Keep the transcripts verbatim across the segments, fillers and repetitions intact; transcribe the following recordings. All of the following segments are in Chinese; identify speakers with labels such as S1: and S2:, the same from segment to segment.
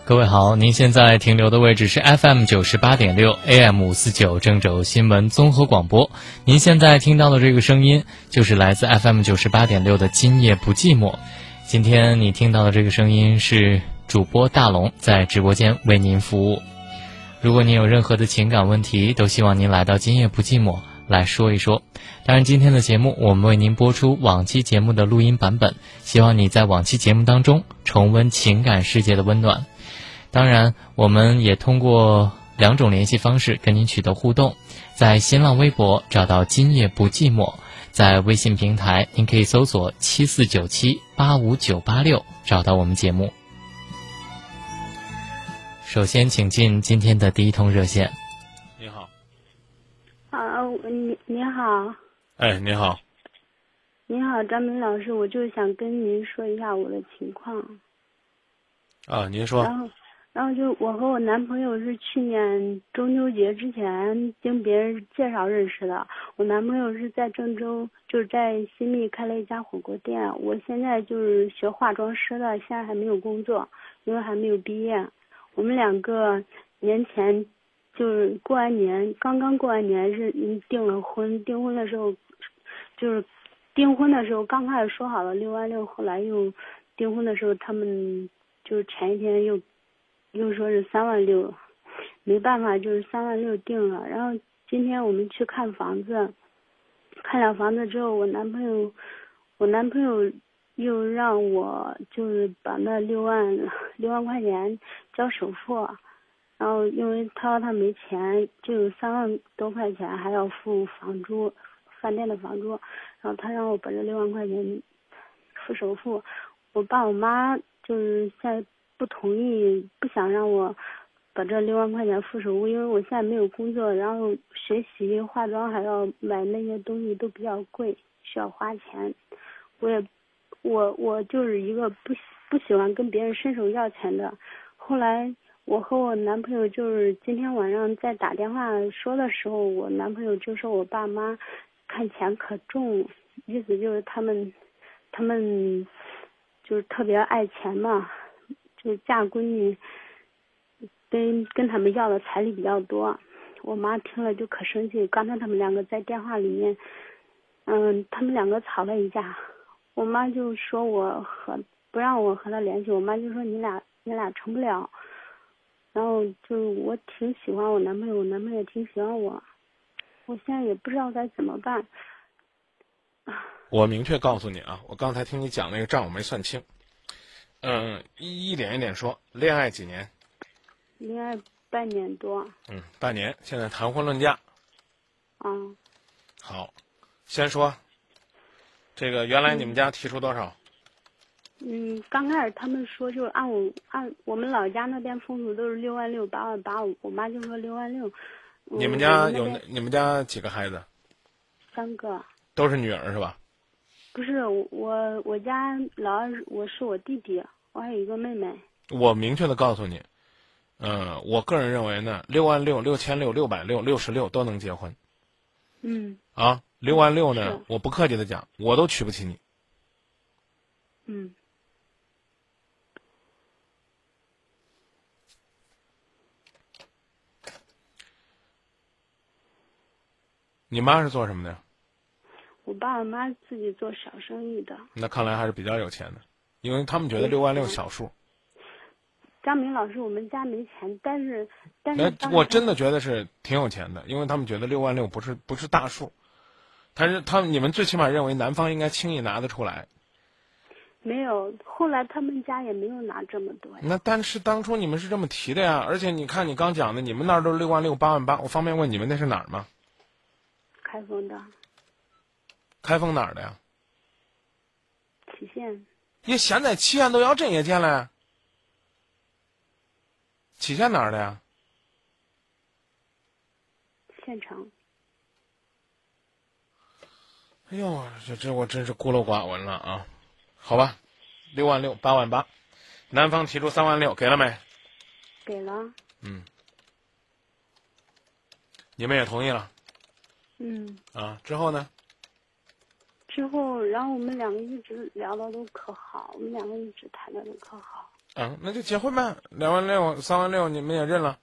S1: 各位好，您现在停留的位置是 F M 九十八点六 A M 五四九郑州新闻综合广播。您现在听到的这个声音，就是来自 F M 九十八点六的今夜不寂寞。今天你听到的这个声音是主播大龙在直播间为您服务。如果您有任何的情感问题，都希望您来到今夜不寂寞来说一说。当然今天的节目我们为您播出往期节目的录音版本，希望你在往期节目当中重温情感世界的温暖。当然我们也通过两种联系方式跟您取得互动，在新浪微博找到今夜不寂寞，在微信平台您可以搜索七四九七八五九八六找到我们节目。首先请进今天的第一通热线。
S2: 你好。
S3: 啊，你你好。
S2: 哎，你好。
S3: 你好，张明老师，我就想跟您说一下我的情况。
S2: 啊，您说。
S3: 然后，然后就我和我男朋友是去年中秋节之前经别人介绍认识的。我男朋友是在郑州，就是在新密开了一家火锅店。我现在就是学化妆师的，现在还没有工作，因为还没有毕业。我们两个年前就是过完年，刚刚过完年是订了婚，订婚的时候就是订婚的时候刚开始说好了六万六，后来又订婚的时候他们就是前一天又又说是三万六，没办法就是三万六定了。然后今天我们去看房子，看了房子之后，我男朋友我男朋友又让我就是把那六万六万块钱交首付，然后因为他说他没钱，就有三万多块钱还要付房租，饭店的房租，然后他让我把这六万块钱付首付。我爸我妈就是现在不同意，不想让我把这六万块钱付首付，因为我现在没有工作，然后学习化妆还要买那些东西都比较贵，需要花钱。我也我我就是一个不不喜欢跟别人伸手要钱的。后来我和我男朋友就是今天晚上在打电话说的时候，我男朋友就说我爸妈看钱可重，意思就是他们他们就是特别爱钱嘛，就是嫁闺女跟跟他们要的彩礼比较多。我妈听了就可生气，刚才他们两个在电话里面嗯他们两个吵了一架，我妈就说我和不让我和他联系，我妈就说你俩你俩成不了。然后就我挺喜欢我男朋友，我男朋友也挺喜欢我，我现在也不知道该怎么办。
S2: 我明确告诉你啊，我刚才听你讲那个账我没算清。嗯，一一点一点说。恋爱几年？
S3: 恋爱半年多。
S2: 嗯，半年。现在谈婚论嫁。
S3: 嗯。
S2: 好，先说这个，原来你们家提出多少？
S3: 嗯，刚开始他们说就是按我按我们老家那边风俗都是六万六八万八，我妈就说六万六。
S2: 你们家有你们家几个孩子？
S3: 三个。
S2: 都是女儿是吧？
S3: 不是，我我家老二我是我弟弟，我还有一个妹妹。
S2: 我明确的告诉你，嗯，我个人认为呢，六万六、六千六、六百六、六十六都能结婚。
S3: 嗯。
S2: 啊，六万六呢，我不客气的讲，我都娶不起你。
S3: 嗯。
S2: 你妈是做什么的？
S3: 我爸我妈自己做小生意的。
S2: 那看来还是比较有钱的，因为他们觉得六万六小数。
S3: 张明老师，我们家没钱，但是但是
S2: 我真的觉得是挺有钱的，因为他们觉得六万六不是不是大数，但是他们你们最起码认为男方应该轻易拿得出来。
S3: 没有，后来他们家也没有拿这么多呀。
S2: 那但是当初你们是这么提的呀，而且你看你刚讲的，你们那儿都是六万六八万八，我方便问你们那是哪儿吗？
S3: 开封的。
S2: 开封哪儿的呀？
S3: 祁县。
S2: 你现在祁县都要这些钱了？祁县哪儿的呀？
S3: 县城。
S2: 哎呦，这这我真是孤陋寡闻了啊！好吧，六万六八万八，男方提出三万六，给了没？
S3: 给了。
S2: 嗯。你们也同意了。
S3: 嗯。
S2: 啊，之后呢？
S3: 之后，然后我们两个一直聊的都可好，我们两个一直谈的都可好。
S2: 啊，那就结婚呗，两万六、三万六，你们也认了。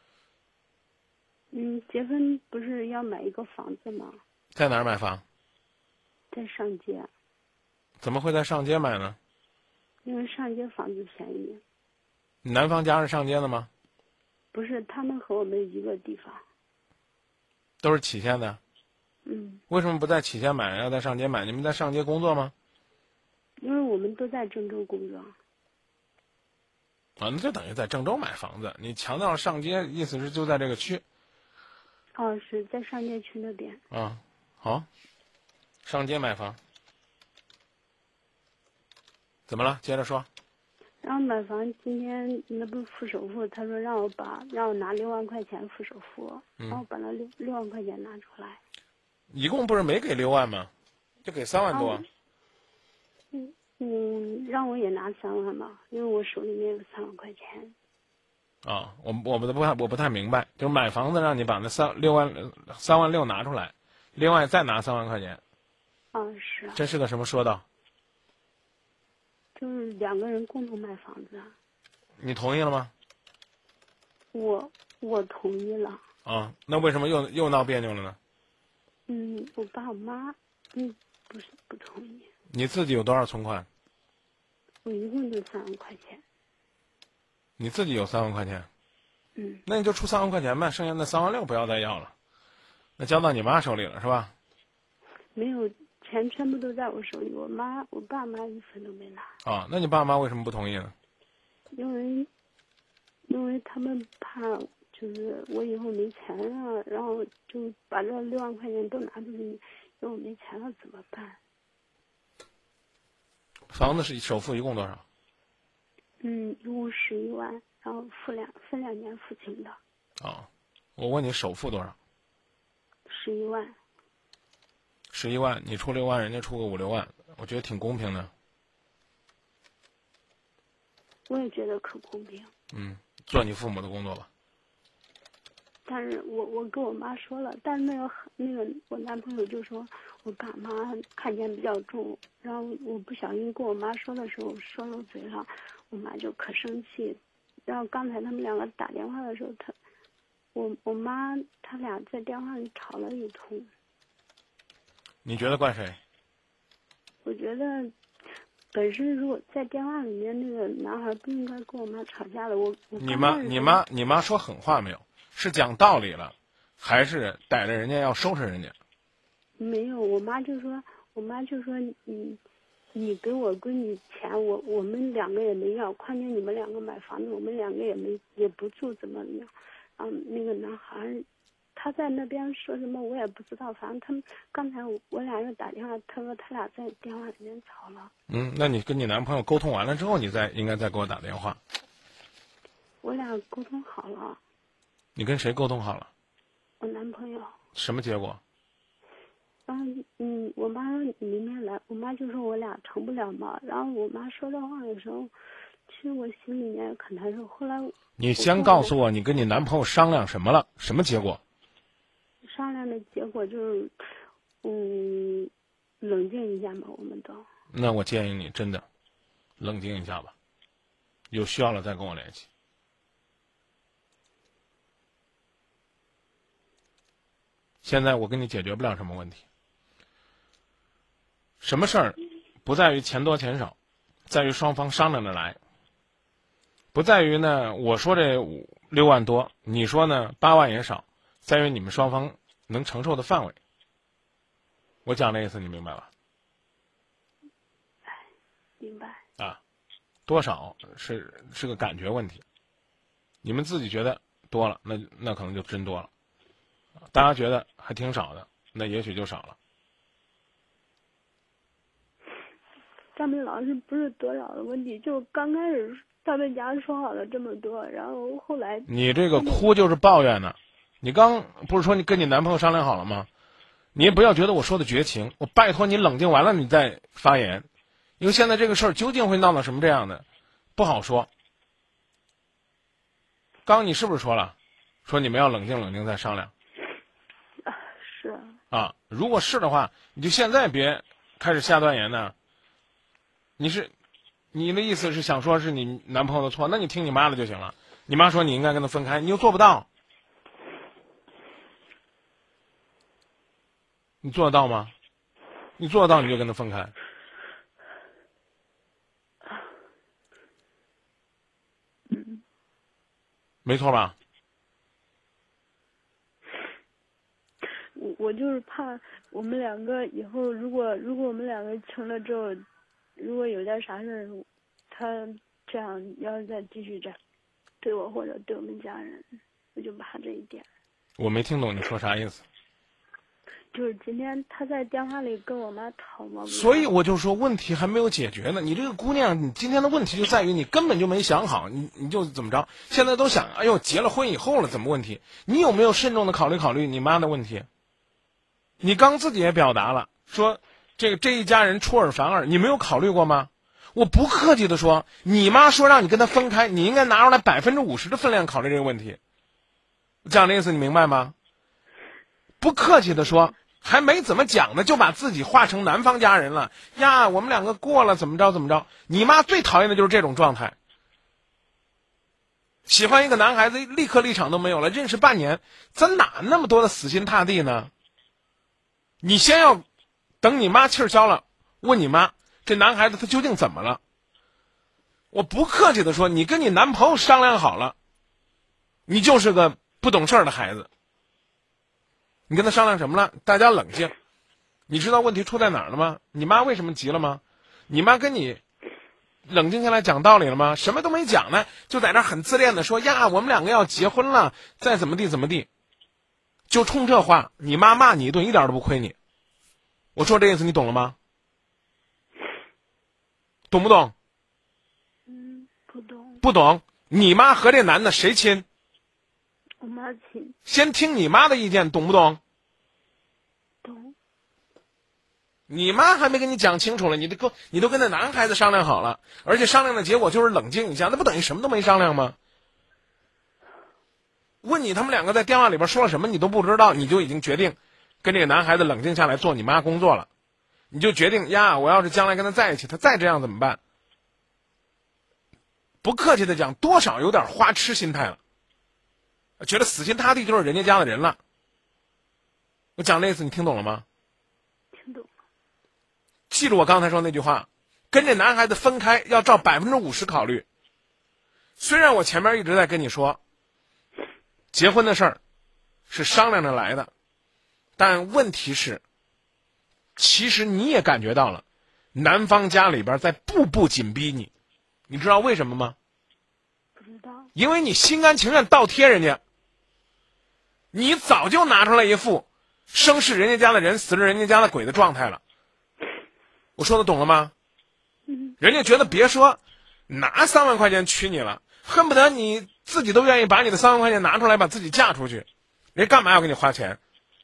S3: 嗯，结婚不是要买一个房子吗？
S2: 在哪儿买房？
S3: 在上街，
S2: 怎么会在上街买呢？
S3: 因为上街房子便宜。
S2: 你男方家是上街的吗？
S3: 不是，他们和我们一个地方。
S2: 都是杞县的。
S3: 嗯，
S2: 为什么不在杞县买，要在上街买？你们在上街工作吗？
S3: 因为我们都在郑州工作。
S2: 啊，那就等于在郑州买房子。你强调上街，意思是就在这个区。
S3: 哦，是在上街区那边。
S2: 啊，好，上街买房，怎么了？接着说。
S3: 然后买房今天那不是付首付，他说让我把让我拿六万块钱付首付，
S2: 嗯
S3: 然后把那六六万块钱拿出来。
S2: 一共不是没给六万吗？就给三万多。
S3: 啊嗯嗯，让我也拿三万嘛，因为我手里面有三万块钱。
S2: 啊，我我不太我不太明白，就是买房子让你把那三六万三万六拿出来，另外再拿三万块钱，
S3: 啊，是啊，
S2: 这是个什么说道？
S3: 就是两个人共同买房子。
S2: 你同意了吗？
S3: 我我同意了。
S2: 啊，那为什么又又闹别扭了呢？
S3: 嗯，我爸我妈嗯不是不同意。
S2: 你自己有多少存款？
S3: 我一共就三万块钱。
S2: 你自己有三万块钱，
S3: 嗯，
S2: 那你就出三万块钱呗，剩下那三万六不要再要了，那交到你妈手里了是吧？
S3: 没有，钱全部都在我手里，我妈我爸妈一分都没拿。
S2: 啊，那你爸妈为什么不同意呢？
S3: 因为因为他们怕就是我以后没钱了，然后就把这六万块钱都拿出去，因为我没钱了怎么办？
S2: 房子是首付一共多少？
S3: 嗯，一共十一万，然后付两分两年付清的。
S2: 啊，我问你首付多少？
S3: 十一万。
S2: 十一万，你出六万，人家出个五六万，我觉得挺公平的。
S3: 我也觉得可公平。
S2: 嗯，做你父母的工作吧。
S3: 但是我我跟我妈说了，但是那个那个我男朋友就说我爸妈看见比较重，然后我不小心跟我妈说的时候说漏嘴了，我妈就可生气。然后刚才他们两个打电话的时候，他我我妈他俩在电话里吵了一通。
S2: 你觉得怪谁？
S3: 我觉得本身如果在电话里面那个男孩不应该跟我妈吵架的。我我
S2: 你妈你妈你妈说狠话没有？是讲道理了，还是逮着人家要收拾人家？
S3: 没有，我妈就说，我妈就说，你你给我闺女钱，我我们两个也没要，况且你们两个买房子，我们两个也没也不住，怎么样？嗯，那个男孩他在那边说什么我也不知道，反正他们刚才我我俩又打电话，他说他俩在电话里面吵了。
S2: 嗯，那你跟你男朋友沟通完了之后，你再应该再给我打电话。
S3: 我俩沟通好了。
S2: 你跟谁沟通好了？
S3: 我男朋友。
S2: 什么结果？
S3: 嗯嗯，我妈说你明天来，我妈就说我俩成不了嘛。然后我妈说这话的时候，其实我心里面可难受。后来
S2: 你先告诉我，你跟你男朋友商量什么了？什么结果？
S3: 商量的结果就是，嗯，冷静一下嘛，我们都。
S2: 那我建议你真的冷静一下吧，有需要了再跟我联系。现在我跟你解决不了什么问题。什么事儿不在于钱多钱少，在于双方商量着来。不在于呢，我说这五六万多，你说呢八万也少，在于你们双方能承受的范围。我讲的意思你明白吧？
S3: 哎，明白。
S2: 啊，多少是是个感觉问题。你们自己觉得多了，那那可能就真多了；大家觉得还挺少的，那也许就少了。
S3: 他们老师不是多少的问题，就刚开始他们家说好了这么多，然后后来
S2: 你这个哭就是抱怨呢。你刚不是说你跟你男朋友商量好了吗？你也不要觉得我说的绝情，我拜托你冷静完了你再发言，因为现在这个事儿究竟会闹到什么这样的，不好说。刚你是不是说了，说你们要冷静冷静再商量？
S3: 啊，是
S2: 啊，如果是的话，你就现在别开始下断言呢。你是， 你的意思是想说是你男朋友的错，那你听你妈的就行了。你妈说你应该跟他分开，你又做不到，你做得到吗？你做得到你就跟他分开。
S3: 嗯，
S2: 没错吧？
S3: 我我就是怕我们两个以后，如果如果我们两个成了之后，如果有点啥事儿，他这样要是再继续这样对我或者对我们家人，我就怕这一点。
S2: 我没听懂你说啥意思。
S3: 就是今天他在电话里跟我妈讨嘛，
S2: 所以我就说问题还没有解决呢。你这个姑娘，你今天的问题就在于你根本就没想好，你你就怎么着？现在都想，哎呦，结了婚以后了，怎么问题？你有没有慎重的考虑考虑你妈的问题？你刚自己也表达了，说这个这一家人出尔反尔，你没有考虑过吗？我不客气的说，你妈说让你跟他分开，你应该拿出来百分之五十的分量考虑这个问题。讲的意思你明白吗？不客气的说，还没怎么讲呢，就把自己化成男方家人了呀！我们两个过了，怎么着怎么着？你妈最讨厌的就是这种状态。喜欢一个男孩子，立刻立场都没有了，认识半年，咱哪那么多的死心塌地呢？你先要等你妈气儿消了，问你妈这男孩子他究竟怎么了？我不客气的说，你跟你男朋友商量好了，你就是个不懂事儿的孩子。你跟他商量什么了？大家冷静。你知道问题出在哪儿了吗？你妈为什么急了吗？你妈跟你冷静下来讲道理了吗？什么都没讲呢，就在那很自恋的说呀，我们两个要结婚了，再怎么地怎么地。就冲这话，你妈骂你一顿，一点都不亏你。我说这意思你懂了吗？懂不懂？
S3: 嗯，不懂。
S2: 不懂。你妈和这男的谁亲？
S3: 我妈亲。
S2: 先听你妈的意见，懂不懂？
S3: 懂。
S2: 你妈还没跟你讲清楚了，你都跟你都跟那男孩子商量好了，而且商量的结果就是冷静一下，那不等于什么都没商量吗？问你他们两个在电话里边说了什么，你都不知道，你就已经决定跟这个男孩子冷静下来做你妈工作了，你就决定呀，我要是将来跟他在一起，他再这样怎么办？不客气的讲，多少有点花痴心态了，觉得死心塌地就是人家家的人了。我讲这意思你听懂了吗？
S3: 听懂了。
S2: 记住我刚才说那句话，跟这男孩子分开要照百分之五十考虑。虽然我前面一直在跟你说，结婚的事儿是商量着来的，但问题是，其实你也感觉到了，男方家里边在步步紧逼你，你知道为什么吗？
S3: 不知道。
S2: 因为你心甘情愿倒贴人家，你早就拿出来一副生是人家家的人，死是人家家的鬼的状态了。我说的懂了吗？
S3: 嗯。
S2: 人家觉得别说拿三万块钱娶你了，恨不得你自己都愿意把你的三万块钱拿出来，把自己嫁出去。人家干嘛要给你花钱？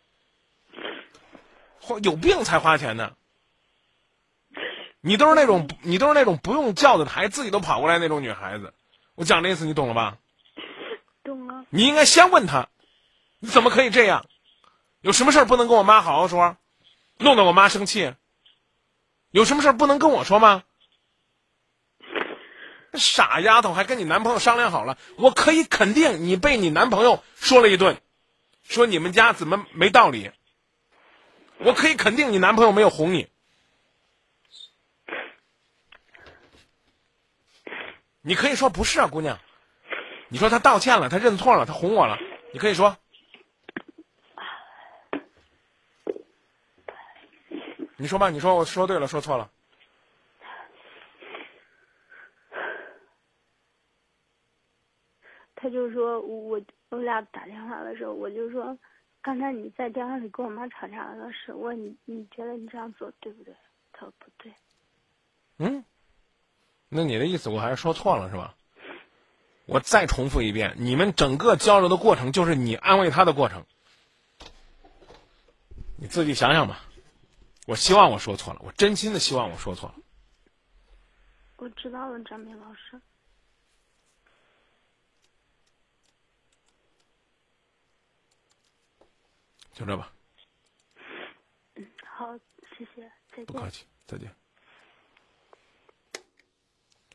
S2: 有病才花钱呢。你都是那种你都是那种不用叫的牌，自己都跑过来那种女孩子。我讲的意思你懂了吧？
S3: 懂了。
S2: 你应该先问他，你怎么可以这样？有什么事儿不能跟我妈好好说，弄得我妈生气？有什么事儿不能跟我说吗？傻丫头，还跟你男朋友商量好了，我可以肯定你被你男朋友说了一顿，说你们家怎么没道理。我可以肯定你男朋友没有哄你。你可以说不是啊，姑娘，你说他道歉了，他认错了，他哄我了，你可以说。你说吧，你说我说对了，说错了。
S3: 他就说我我俩打电话的时候，我就说，刚才你在电话里跟我妈吵架了，是我你你觉得你这样做对不对？他说不对。
S2: 嗯，那你的意思我还是说错了是吧？我再重复一遍，你们整个交流的过程就是你安慰他的过程，你自己想想吧。我希望我说错了，我真心的希望我说错了。
S3: 我知道了，张明老师。
S2: 就这吧。
S3: 嗯，好，谢谢，再见。
S2: 不客气，再见。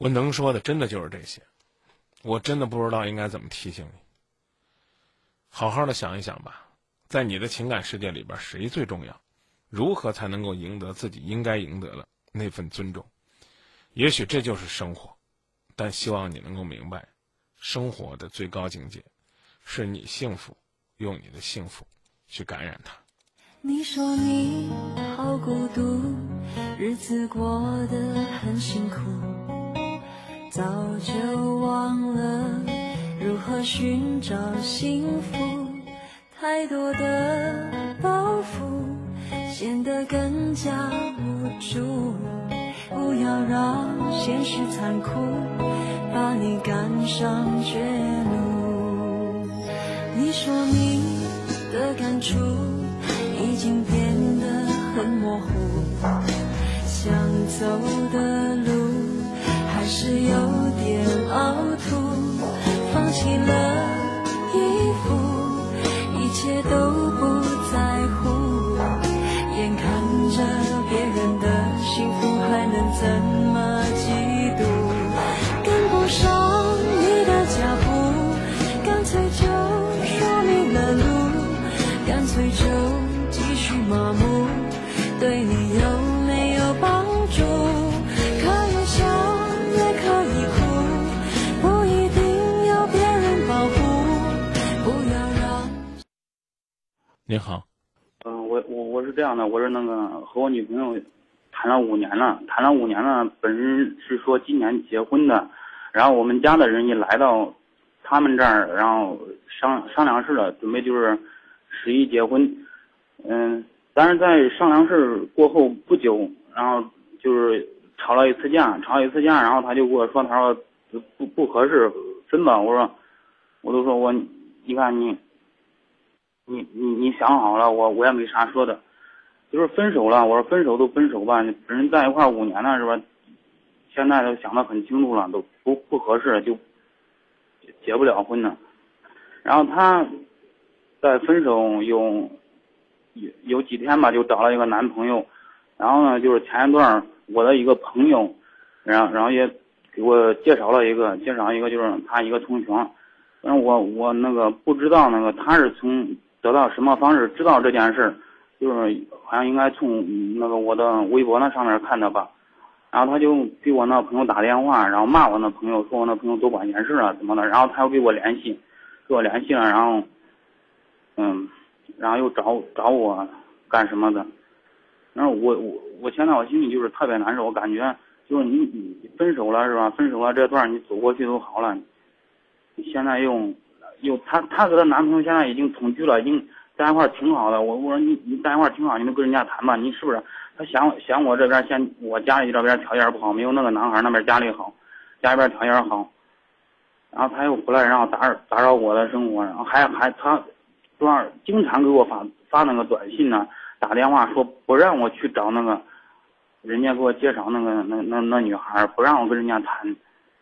S2: 我能说的真的就是这些，我真的不知道应该怎么提醒你。好好的想一想吧，在你的情感世界里边，谁最重要？如何才能够赢得自己应该赢得的那份尊重？也许这就是生活，但希望你能够明白，生活的最高境界是你幸福，用你的幸福去感染它。
S4: 你说你好孤独，日子过得很辛苦，早就忘了如何寻找幸福，太多的包袱显得更加无助，不要让现实残酷把你赶上绝路。你说你的感触已经变得很模糊，想走的路还是有点凹凸，放弃了衣服，一切都不在乎，眼看着别人的幸福还能怎么嫉妒，跟不上你的脚步，干脆就说明了路，干脆就继续麻木，对你有没有帮助？可以笑也可以哭，不一定要别人保护，不要让。
S2: 你好。
S5: 嗯、呃，我我我是这样的，我是那个和我女朋友谈了五年了，谈了五年了，本人是说今年结婚的，然后我们家的人也来到他们这儿，然后商商量事了，准备就是十一结婚。嗯，但是在商量事过后不久，然后就是吵了一次架，吵了一次架，然后他就跟我说，他说不不合适，分吧。我说，我都说我，你看你，你你你想好了，我我也没啥说的，就是分手了。我说分手都分手吧，本人在一块五年了是吧？现在都想得很清楚了，都不不合适，就结不了婚了。然后他在分手有。有有几天吧，就找了一个男朋友，然后呢，就是前一段我的一个朋友，然后然后也给我介绍了一个，介绍一个就是他一个同学，然后我我那个不知道那个他是从得到什么方式知道这件事，就是好像应该从那个我的微博那上面看的吧，然后他就给我那朋友打电话，然后骂我那朋友，说我那朋友多管闲事啊怎么的，然后他又给我联系，给我联系了，然后嗯。然后又找找我干什么的，然后我我我现在我心里就是特别难受，我感觉就是你你分手了是吧？分手了这段你走过去都好了，你现在又又她她和她男朋友现在已经同居了，已经在一块挺好的。我我说你你在一块挺好，你能跟人家谈吧？你是不是？他想想我这边先我家里这边条件不好，没有那个男孩那边家里好，家里边条件好，然后他又回来，然后打扰打扰我的生活，然后还还他。经常给我发发那个短信呢，打电话说不让我去找那个人家给我介绍那个那那那女孩，不让我跟人家谈。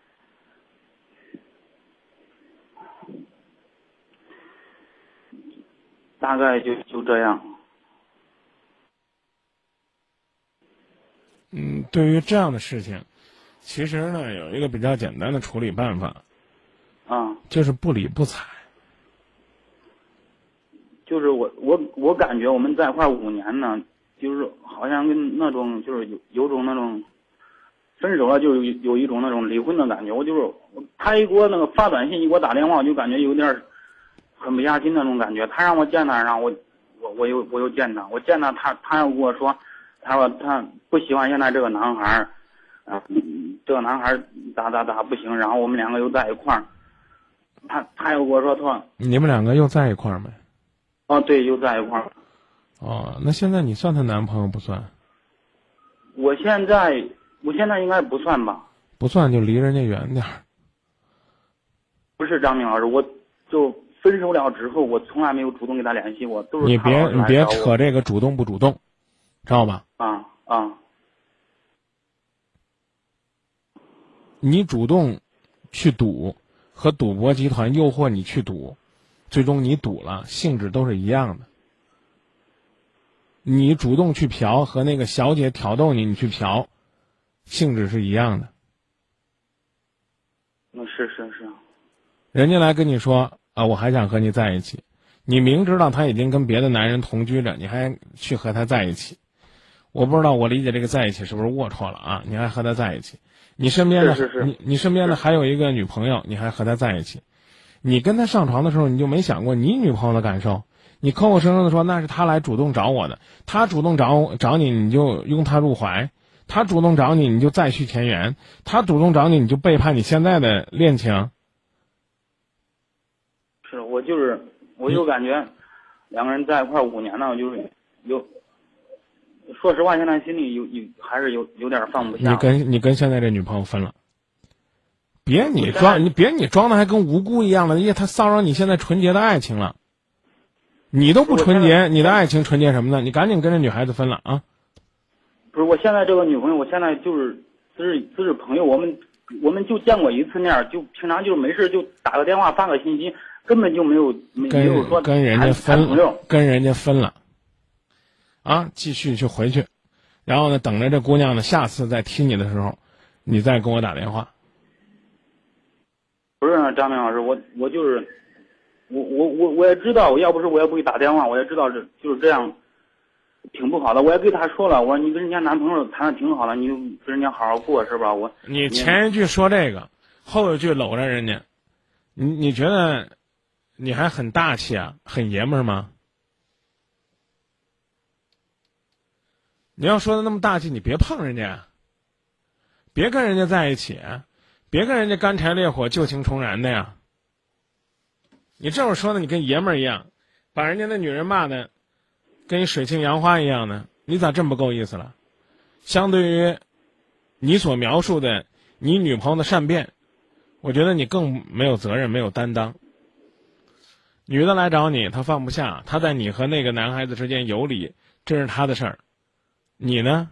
S5: 大概就就这样。
S2: 嗯，对于这样的事情，其实呢有一个比较简单的处理办法，
S5: 啊，
S2: 就是不理不睬。
S5: 就是我我我感觉我们在一块五年呢，就是好像跟那种就是有有种那种分手了，就有有一种那种离婚的感觉。我就是他一给我那个发短信，一给我打电话，我就感觉有点很不下心那种感觉。他让我见他，然后我我我又我又见他，我见他他他又跟我说，他说他不喜欢现在这个男孩，啊，这个男孩咋咋咋不行，然后我们两个又在一块儿，他他又跟我说他说
S2: 你们两个又在一块儿没？
S5: 哦，对，又在一块儿。
S2: 哦，那现在你算她男朋友不算？
S5: 我现在，我现在应该不算吧？
S2: 不算就离人家远点儿。
S5: 不是张明老师，我就分手了之后，我从来没有主动跟他联系过，都是
S2: 你别你别
S5: 扯
S2: 扯这个主动不主动，知道吧？
S5: 啊啊！
S2: 你主动去赌，和赌博集团诱惑你去赌。最终你赌了，性质都是一样的。你主动去嫖和那个小姐挑逗你，你去嫖，性质是一样的。 人家来跟你说啊，我还想和你在一起，你明知道他已经跟别的男人同居着，你还去和他在一起，我不知道我理解这个在一起是不是龌龊了啊？你还和他在一起，你身边的
S5: 是是是
S2: 你你身边的还有一个女朋友，你还和他在一起，你跟他上床的时候，你就没想过你女朋友的感受？你口口声声的说那是他来主动找我的，他主动找找你，你就拥他入怀；他主动找你，你就再续前缘；他主动找你，你就背叛你现在的恋情。
S5: 是我就是我就感觉两个人在一块儿五年了，我就是有，说实话，现在心里有有还是有有点放不下。
S2: 你跟你跟现在这女朋友分了，别你
S5: 我
S2: 装你别你装的还跟无辜一样的，因为他骚扰你现在纯洁的爱情了。你都不纯洁，你的爱情纯洁什么呢？你赶紧跟这女孩子分了啊！
S5: 不是，我现在这个女朋友，我现在就是只是只是朋友，我们我们就见过一次面，就平常就是没事就打个电话发个信息，根本就没有没没有说
S2: 跟人家分了，跟人家分了，啊，继续去回去，然后呢，等着这姑娘呢下次再踢你的时候，你再给我打电话。
S5: 不是张明老师，我我就是。我我我我也知道，我要不是我也不会打电话，我也知道这就是这样，挺不好的。我也跟他说了，我说你跟人家男朋友谈的挺好的，你跟人家好好过是吧？我
S2: 你前一句说这个，后一句搂着人家，你你觉得你还很大气啊，很爷们儿吗？你要说的那么大气，你别碰人家，别跟人家在一起，别跟人家干柴烈火、旧情重燃的呀。你这会儿说的，你跟爷们儿一样，把人家那女人骂的跟水性杨花一样的，你咋这么不够意思了？相对于你所描述的你女朋友的善变，我觉得你更没有责任，没有担当。女的来找你，她放不下，她在你和那个男孩子之间有理，这是她的事儿。你呢？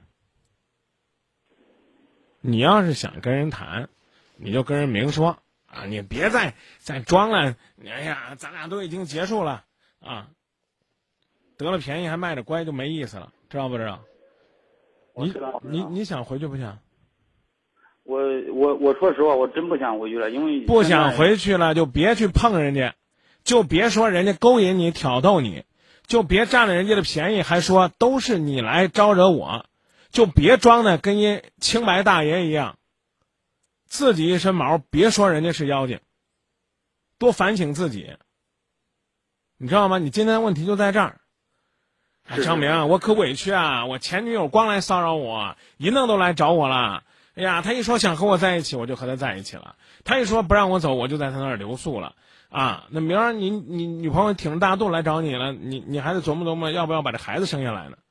S2: 你要是想跟人谈，你就跟人明说。啊，你别再再装了！哎呀，咱俩都已经结束了啊，得了便宜还卖着乖就没意思了，知道不知道？你你你想回去不想？
S5: 我我我说实话，我真不想回去了，因为
S2: 不想回去了就别去碰人家，就别说人家勾引你、挑逗你，就别占了人家的便宜，还说都是你来招惹我，就别装的跟一清白大爷一样。自己一身毛，别说人家是妖精，多反省自己，你知道吗？你今天的问题就在这儿。哎，张明，我可委屈啊！我前女友光来骚扰我，一弄都来找我了。哎呀，他一说想和我在一起，我就和他在一起了；他一说不让我走，我就在他那儿留宿了。啊，那明儿你你女朋友挺着大肚来找你了，你你还得琢磨琢磨，要不要把这孩子生下来呢？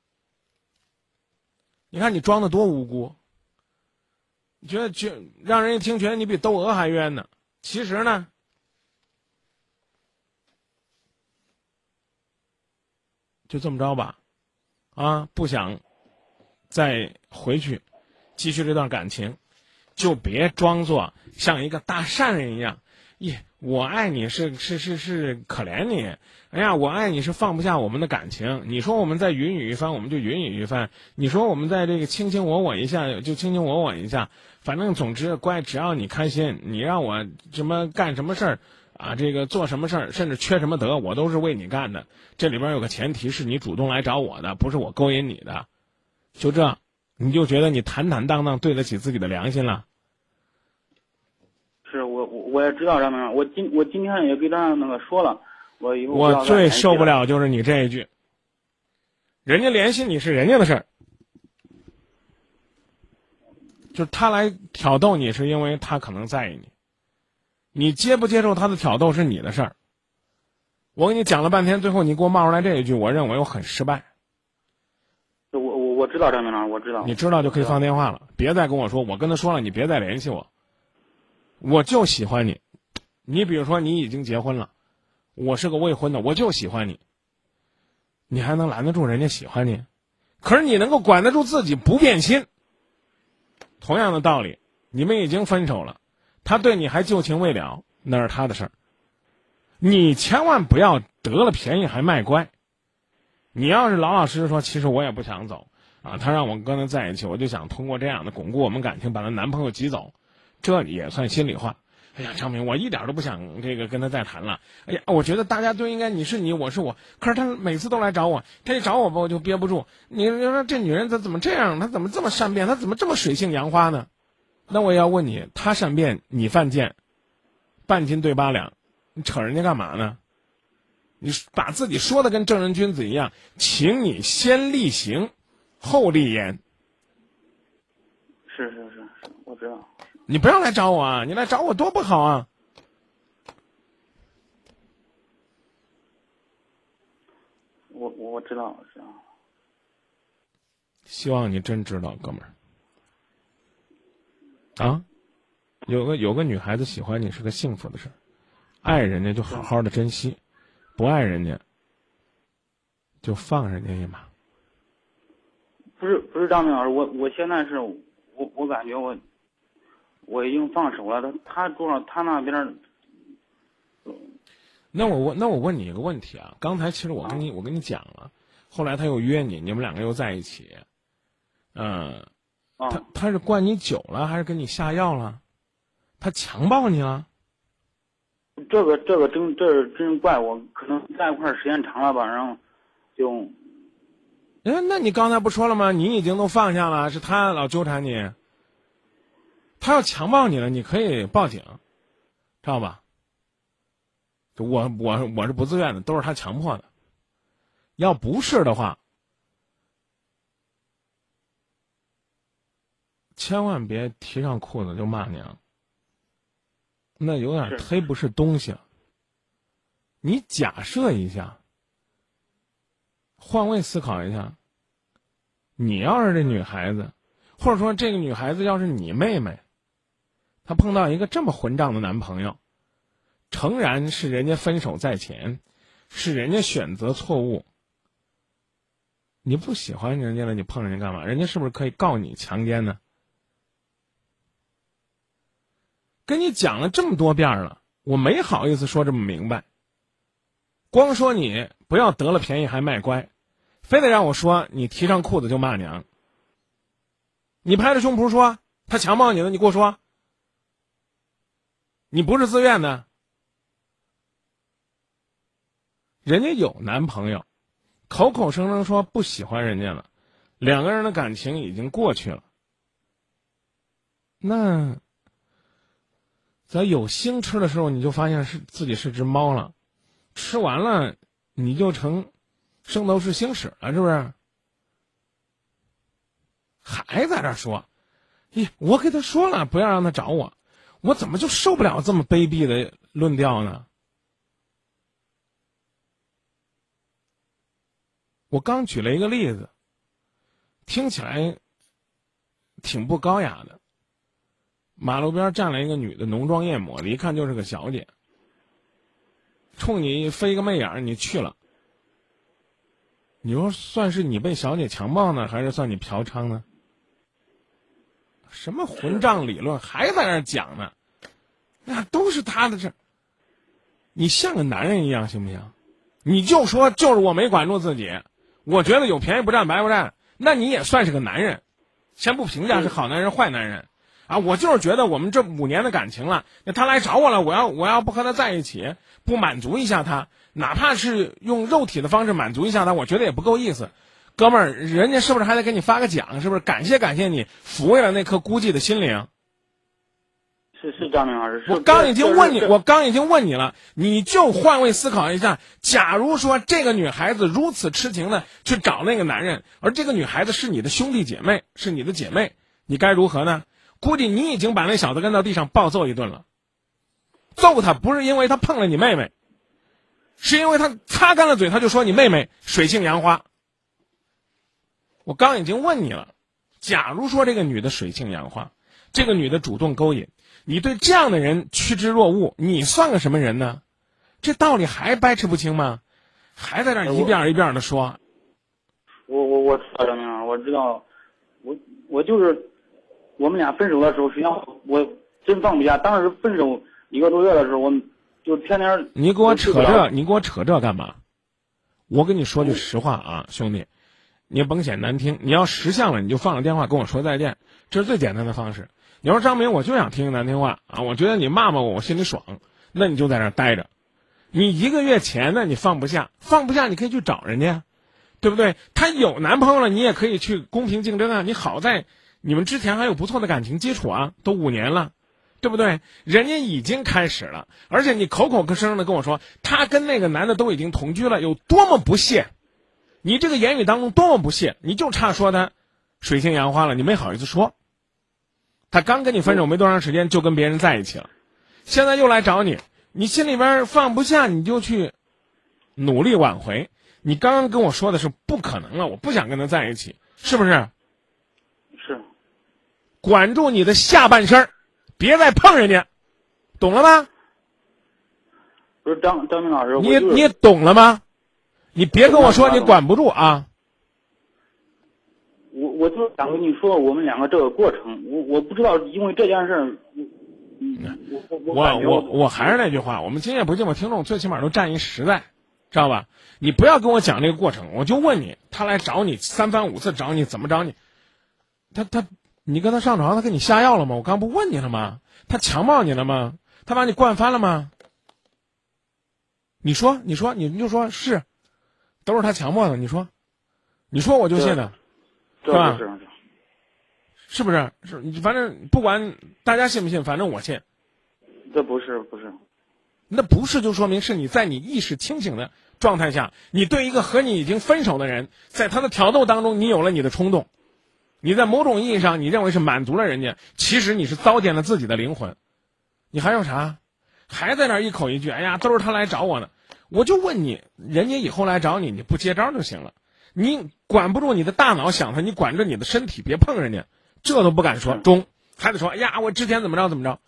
S2: 你看你装的多无辜。你觉得觉让人一听觉得你比窦娥还冤呢？其实呢，就这么着吧，啊，不想再回去继续这段感情，就别装作像一个大善人一样。耶，我爱你是是是是可怜你，哎呀，我爱你是放不下我们的感情。你说我们再云雨一番，我们就云雨一番；你说我们在这个卿卿我我一下，就卿卿我我一下。反正总之，乖，只要你开心，你让我什么干什么事儿，啊，这个做什么事儿，甚至缺什么德，我都是为你干的。这里边有个前提是你主动来找我的，不是我勾引你的。就这，你就觉得你坦坦荡荡对得起自己的良心了？
S5: 是我我我也知道张明，我今我今天也给他那个说了，我以后
S2: 我最受不了就是你这一句，人家联系你是人家的事儿。就是他来挑逗你，是因为他可能在意你，你接不接受他的挑逗是你的事儿。我跟你讲了半天，最后你给我冒出来这一句，我认为我很失败。
S5: 我我我知道张明老师，我知道。
S2: 你知道就可以放电话了，别再跟我说，我跟他说了，你别再联系我。我就喜欢你，你比如说你已经结婚了，我是个未婚的，我就喜欢你，你还能拦得住人家喜欢你？可是你能够管得住自己不变心。同样的道理，你们已经分手了，他对你还旧情未了，那是他的事儿。你千万不要得了便宜还卖乖。你要是老老实实说，其实我也不想走啊，他让我跟他在一起，我就想通过这样的巩固我们感情，把他男朋友挤走，这也算心里话。 哎呀，张明，我一点都不想这个跟他再谈了。哎呀，我觉得大家都应该你是你，我是我。可是他每次都来找我，他一找我吧，我就憋不住。你你说这女人她怎么这样？她怎么这么善变？她怎么这么水性杨花呢？那我也要问你，她善变，你犯贱，半斤对八两，你扯人家干嘛呢？你把自己说的跟正人君子一样，请你先力行，后立言。
S5: 是是是是，我知道。
S2: 你不要来找我啊！你来找我多不好啊！
S5: 我我我知道，我知道。
S2: 希望你真知道，哥们儿。啊，有个有个女孩子喜欢你是个幸福的事儿，爱人家就好好的珍惜，不爱人家就放人家一马。
S5: 不是不是张明老师，我我现在是我我感觉我我已经放手了，他他多少他那边儿。
S2: 那我问那我问你一个问题啊，刚才其实我跟你、啊、我跟你讲了，后来他又约你，你们两个又在一起，嗯、呃，
S5: 啊、
S2: 他他是灌你酒了，还是给你下药了？他强暴你了？
S5: 这个这个真这真怪我，可能在一块儿时间长了吧，然后就。
S2: 哎，那你刚才不说了吗？你已经都放下了，是他老纠缠你。他要强暴你了，你可以报警，知道吧？我我我是不自愿的，都是他强迫的。要不是的话，千万别提上裤子就骂娘，那有点忒不是东西了。你假设一下，换位思考一下，你要是这女孩子，或者说这个女孩子要是你妹妹，她碰到一个这么混账的男朋友，诚然是人家分手在前，是人家选择错误，你不喜欢人家了，你碰人家干嘛？人家是不是可以告你强奸呢？跟你讲了这么多遍了，我没好意思说这么明白。光说你不要得了便宜还卖乖，非得让我说你提上裤子就骂娘。你拍着胸脯说他强暴你了，你给我说，你不是自愿的。人家有男朋友，口口声声说不喜欢人家了，两个人的感情已经过去了。那在有腥吃的时候，你就发现是自己是只猫了，吃完了你就成圣斗士星矢了，是不是？还在这说，咦，我给他说了不要让他找我，我怎么就受不了这么卑鄙的论调呢？我刚举了一个例子，听起来挺不高雅的。马路边站了一个女的，浓妆艳抹的，一看就是个小姐，冲你飞个媚眼，你去了。你说算是你被小姐强暴呢，还是算你嫖娼呢？什么混账理论还在那儿讲呢？那都是他的事。你像个男人一样行不行？你就说就是我没管住自己，我觉得有便宜不占白不占，那你也算是个男人。先不评价是好男人坏男人啊，我就是觉得我们这五年的感情了，那他来找我了，我要我要不和他在一起，不满足一下他，哪怕是用肉体的方式满足一下他，我觉得也不够意思。哥们儿，人家是不是还得给你发个奖？是不是感谢感谢你抚慰了那颗孤寂的心灵？
S5: 是是张明老师，
S2: 我刚已经问你，我刚已经问你了，你就换位思考一下，假如说这个女孩子如此痴情的去找那个男人，而这个女孩子是你的兄弟姐妹，是你的姐妹，你该如何呢？估计你已经把那小子跟到地上暴揍一顿了。揍他不是因为他碰了你妹妹，是因为他擦干了嘴，他就说你妹妹水性杨花。我刚已经问你了，假如说这个女的水性杨花，这个女的主动勾引，你对这样的人趋之若鹜，你算个什么人呢？这道理还掰扯不清吗？还在这一遍一遍的说。
S5: 我我我知道张明老师，我知道，我我就是我们俩分手的时候，实际上我真放不下。当时分手一个多月的时候，我就天天
S2: 你给我扯这，你给我扯这干嘛？我跟你说句实话啊，兄弟，你甭显难听，你要识相了，你就放了电话跟我说再见，这是最简单的方式。 你说张明，我就想听难听话啊，我觉得你骂骂我，我心里爽，那你就在那儿待着。你一个月前呢，你放不下，放不下，你可以去找人家，对不对？他有男朋友了，你也可以去公平竞争啊。你好在你们之前还有不错的感情基础啊，都五年了，对不对？人家已经开始了，而且你口口声声的跟我说他跟那个男的都已经同居了，有多么不屑！你这个言语当中多么不屑，你就差说他水性杨花了，你没好意思说。他刚跟你分手没多长时间就跟别人在一起了，现在又来找你，你心里边放不下，你就去努力挽回。你刚刚跟我说的是不可能了，我不想跟他在一起，是不是？
S5: 是。
S2: 管住你的下半身，别再碰人家，懂了吗？
S5: 不是张张明老师，
S2: 你、
S5: 就是、
S2: 你懂了吗？你别跟我说你管不住啊！
S5: 我我就想跟你说我们两个这个过程，我我不知道因为这件事儿，我我我
S2: 我我我还是那句话，我们今夜不寂寞听众最起码都占一实在，知道吧？你不要跟我讲这个过程，我就问你，他来找你三番五次找你，怎么找你？他他你跟他上床，他给你下药了吗？我刚不问你了吗？他强暴你了吗？他把你惯翻了吗？你说你说你就说是，都是他强迫的，你说，你说我就信了。
S5: 是
S2: 吧？
S5: 是
S2: 是不是？是，反正不管大家信不信，反正我信。
S5: 这不是不是，
S2: 那不是就说明是你在你意识清醒的状态下，你对一个和你已经分手的人，在他的挑逗当中，你有了你的冲动，你在某种意义上，你认为是满足了人家，其实你是糟践了自己的灵魂。你还有啥？还在那儿一口一句，哎呀，都是他来找我呢。我就问你，人家以后来找你，你不接招就行了。你管不住你的大脑想他，你管着你的身体，别碰人家，这都不敢说中，还得说哎呀，我之前怎么着怎么着。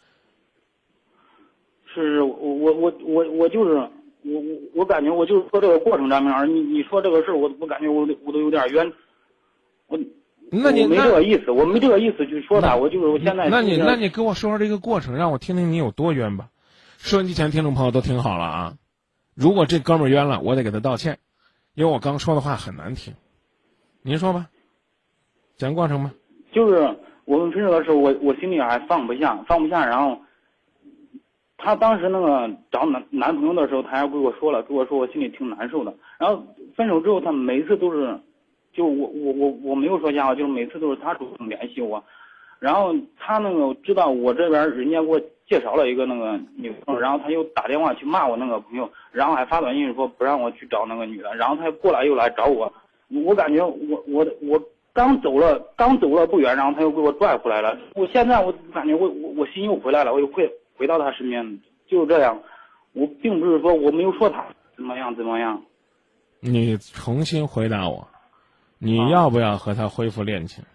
S5: 是我我我我我就是我我我感觉我就是说这个过程张明老师，你你说这个事儿，我我感觉我我都有点冤，我
S2: 那你
S5: 我没这个意思，我没这个意思去说他，我就是我现在。
S2: 那你那你跟我说说这个过程，让我听听你有多冤吧。收音机前听众朋友都听好了啊，如果这哥们儿冤了，我得给他道歉。因为我刚说的话很难听，您说吧，讲过程吧。
S5: 就是我们分手的时候，我我心里还放不下，放不下。然后他当时那个找男男朋友的时候，他还跟我说了，跟我说我心里挺难受的。然后分手之后，他每一次都是，就我我我我没有说瞎话，就是每次都是他主动联系我。然后他那个知道我这边人家给我介绍了一个那个女朋友，然后他又打电话去骂我那个朋友，然后还发短信说不让我去找那个女的，然后他又过来又来找我，我感觉我我我刚走了刚走了不远，然后他又给我拽回来了。我现在我感觉我我我心又回来了，我又回回到他身边，就是这样。我并不是说我没有说他怎么样怎么样。
S2: 你重新回答我，你要不要和他恢复恋情？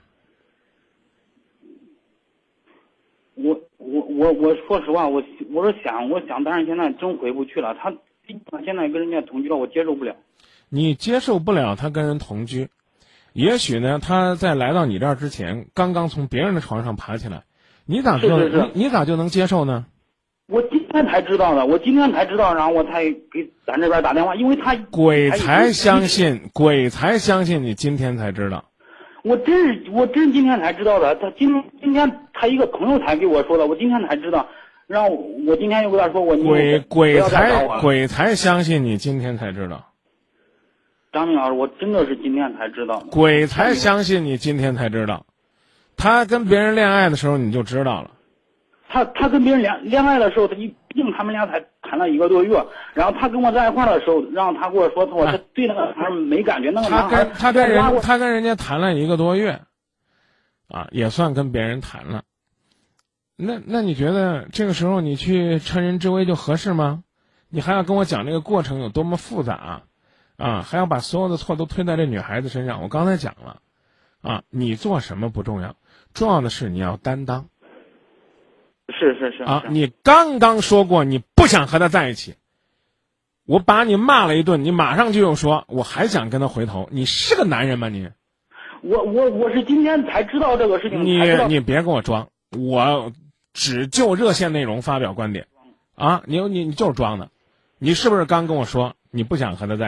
S5: 我我我我说实话，我我是想我想，但是现在真回不去了。他他现在跟人家同居了，我接受不了。
S2: 你接受不了他跟人同居，也许呢，他在来到你这儿之前，刚刚从别人的床上爬起来，你咋就
S5: 是是是
S2: 你你咋就能接受呢？
S5: 我今天才知道的，我今天才知道，然后我才给咱这边打电话，因为他
S2: 鬼才相信，鬼才相信你今天才知道。
S5: 我真是我真今天才知道的，他今今天他一个朋友才给我说的，我今天才知道，然后我今天又跟他说我
S2: 鬼鬼才鬼才相信你今天才知道。
S5: 张明老师，我真的是今天才知道的。
S2: 鬼才相信你今天才知道，他跟别人恋爱的时候你就知道了。
S5: 他他跟别人恋恋爱的时候，他一毕竟他们俩才谈了一个多月，然后他跟我在一块的时候，让他跟我说，我他对那个男孩没感觉，那个男孩
S2: 他跟人他跟人家谈了一个多月，啊，也算跟别人谈了。那那你觉得这个时候你去趁人之危就合适吗？你还要跟我讲这个过程有多么复杂啊，还要把所有的错都推在这女孩子身上。我刚才讲了，啊，你做什么不重要，重要的是你要担当。
S5: 是是是
S2: 啊！你刚刚说过你不想和他在一起，我把你骂了一顿，你马上就又说我还想跟他回头，你是个男人吗你？
S5: 我我我是今天才知道这个事情。
S2: 你你别跟我装，我只就热线内容发表观点，啊，你你你就是装的，你是不是刚跟我说你不想和他在一起？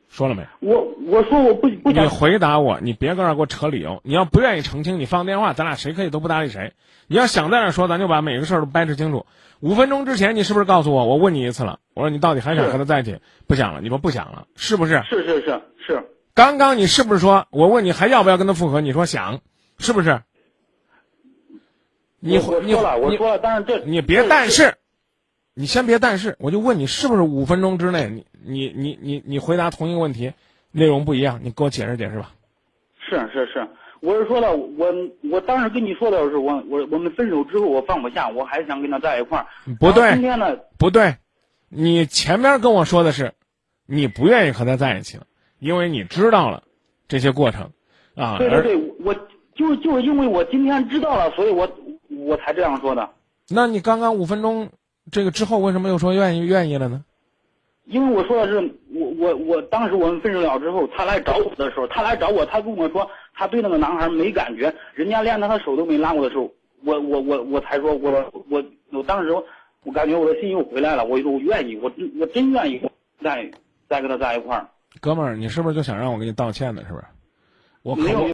S2: 说了没？
S5: 我我说我不不
S2: 你
S5: 想。
S2: 回答我，你别搁那儿给我扯理由。你要不愿意澄清，你放电话，咱俩谁可以都不搭理谁。你要想在那儿说，咱就把每个事儿都掰扯清楚。五分钟之前，你是不是告诉我？我问你一次了，我说你到底还想和他在一起？不想了，你说不想了，是不是？
S5: 是是是是。
S2: 刚刚你是不是说我问你还要不要跟他复合？你说想，是不是？你你
S5: 我说了，我说了，但是这
S2: 你别但是，你先别但是，我就问你是不是五分钟之内，你你你你你回答同一个问题，内容不一样，你给我解释解释吧。
S5: 是是是，我是说的，我我当时跟你说的是我我我们分手之后我放不下，我还想跟他在一块儿。
S2: 不对，
S5: 今天呢？
S2: 不对，你前面跟我说的是，你不愿意和他在一起了，因为你知道了这些过程，啊。
S5: 对对对，我就就是因为我今天知道了，所以我我才这样说的。
S2: 那你刚刚五分钟这个之后，为什么又说愿意愿意了呢？
S5: 因为我说的是，我我我当时我们分手了之后，他来找我的时候，他来找我，他跟我说他对那个男孩没感觉，人家连他的手都没拉过的时候，我我我我才说我我我当时我感觉我的心又回来了，我我愿意，我我真愿意再再跟他在一块儿。
S2: 哥们儿，你是不是就想让我给你道歉呢？是不是？我可
S5: 没有。